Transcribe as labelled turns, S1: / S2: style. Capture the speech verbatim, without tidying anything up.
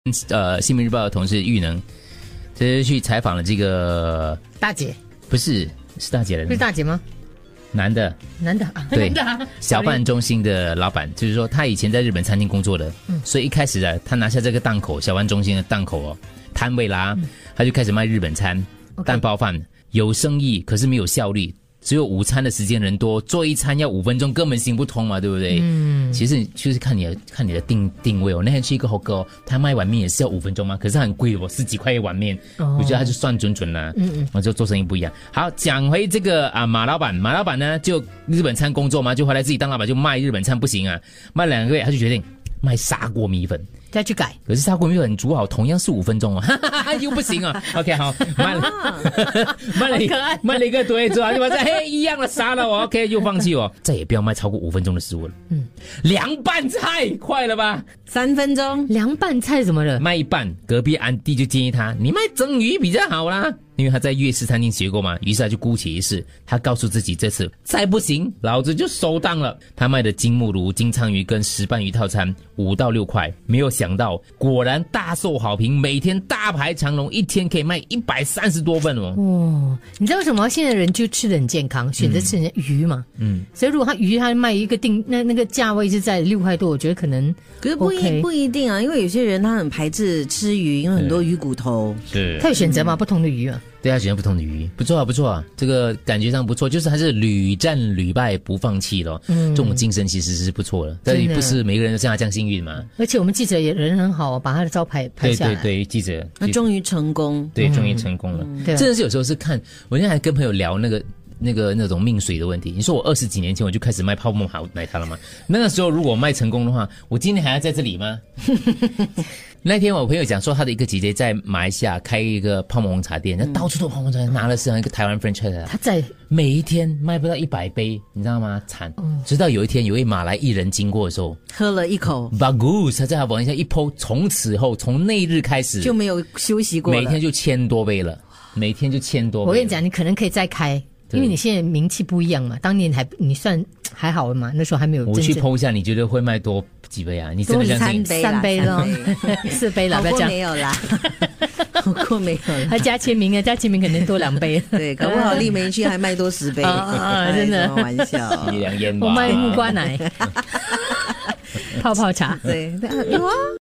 S1: 呃，新民日报的同事玉能，这是去采访了这个
S2: 大姐，
S1: 不是是大姐的，
S2: 是大姐吗？
S1: 男的，
S2: 男的啊，
S1: 对，
S2: 男的啊
S1: 小贩中心的老板，就是说他以前在日本餐厅工作的，嗯，所以一开始啊，他拿下这个档口，小贩中心的档口哦，摊位啦，嗯、他就开始卖日本餐、okay. 蛋包饭，有生意，可是没有效率。只有午餐的时间人多，做一餐要五分钟，根本行不通嘛，对不对？嗯，其实就是看你的看你的定定位哦。那天去一个火锅、哦，他卖碗面也是要五分钟吗？可是很贵哦，十几块一碗面，哦、我觉得他就算准准了。嗯嗯，然后就做生意不一样。好，讲回这个啊，马老板，马老板呢就日本餐工作嘛，就回来自己当老板，就卖日本餐不行啊，卖两个月他就决定卖砂锅米粉。
S2: 再去改，
S1: 可是砂锅米粉煮好同样是五分钟哦，又不行啊。OK， 好，卖了，卖了一卖了一个堆之后，就把这嘿一样的杀了我 ，OK， 又放弃我，再也不要卖超过五分钟的食物了。嗯，凉拌菜快了吧？
S3: 三分钟，
S2: 凉拌菜怎么了？
S1: 卖一半，隔壁安迪就建议他，你卖蒸鱼比较好啦。因为他在粤式餐厅学过嘛，于是他就姑且一试。他告诉自己，这次再不行，老子就收档了。他卖的金目鲈、金鲳鱼跟石斑鱼套餐五到六块，没有想到果然大受好评，每天大排长龙，一天可以卖一百三十多份哦。
S2: 哦，你知道为什么现在人就吃得很健康，选择吃人家鱼嘛？嗯，所以如果他鱼他卖一个定那那个价位是在六块多，我觉得可能、OK、
S3: 可是不一不一定啊，因为有些人他很排斥吃鱼，因为很多鱼骨头。
S1: 是，
S2: 他有选择嘛、嗯、不同的鱼啊。
S1: 对他选择不同的鱼，不错啊，不错啊，这个感觉上不错，就是还是屡战屡败不放弃咯。嗯，这种精神其实是不错的，但也不是每个人都像他这样幸运嘛。
S2: 而且我们记者也人很好，把他的招牌拍下来。
S1: 对对对，记者，
S3: 他终于成功，
S1: 对，终于成功了。嗯、真的是有时候是看，我现在还跟朋友聊那个。那个那种命水的问题，你说我二十几年前我就开始卖泡沫奶茶了吗？那个时候如果卖成功的话，我今天还要在这里吗？那天我朋友讲说，他的一个姐姐在马来西亚开一个泡沫红茶店，那、嗯、到处都泡沫茶，拿了是一个台湾 franchise，
S2: 他在
S1: 每一天卖不到一百杯，你知道吗？惨、嗯！直到有一天有一位马来艺人经过的时候，
S3: 喝了一口
S1: ，bagus， 他在他网下一 po， 从此后从那日开始
S3: 就没有休息过了，
S1: 每天就千多杯了，每天就千多杯。
S2: 我跟你讲，你可能可以再开。因为你现在名气不一样嘛，当年还你算还好嘛，那时候还没有真正。
S1: 我去剖一下，你觉得会卖多几杯啊？你真的相信？
S3: 三杯
S2: 三杯咯，四杯了，不要讲。
S3: 没有啦，好过没有啦。
S2: 他加签名啊，加签名肯定多两杯。
S3: 对，搞不好丽梅区还卖多十杯。
S2: 啊，真的，
S3: 开玩笑。
S1: 一两烟吧。
S2: 我卖木瓜奶，泡泡茶。
S3: 对，有啊。